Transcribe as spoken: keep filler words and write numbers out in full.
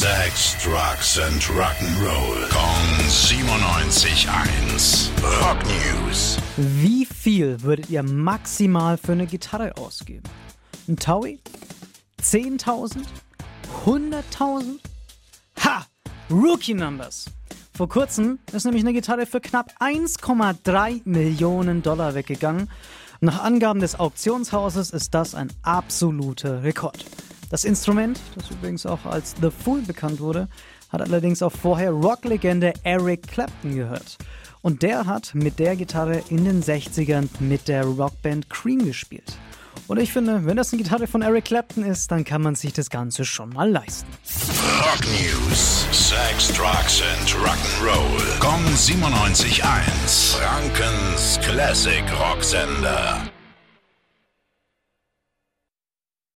Sex, Drugs and Rock'n'Roll. Kong siebenundneunzig Komma eins. Rock News. Wie viel würdet ihr maximal für eine Gitarre ausgeben? Ein Taui? zehntausend? hunderttausend? Ha! Rookie Numbers! Vor kurzem ist nämlich eine Gitarre für knapp eins Komma drei Millionen Dollar weggegangen. Nach Angaben des Auktionshauses ist das ein absoluter Rekord. Das Instrument, das übrigens auch als The Fool bekannt wurde, hat allerdings auch vorher Rocklegende Eric Clapton gehört. Und der hat mit der Gitarre in den sechzigern mit der Rockband Cream gespielt. Und ich finde, wenn das eine Gitarre von Eric Clapton ist, dann kann man sich das Ganze schon mal leisten. Rock News: Sex, Drugs and Rock'n'Roll. Kong siebenundneunzig Komma eins. Frankens Classic Rocksender.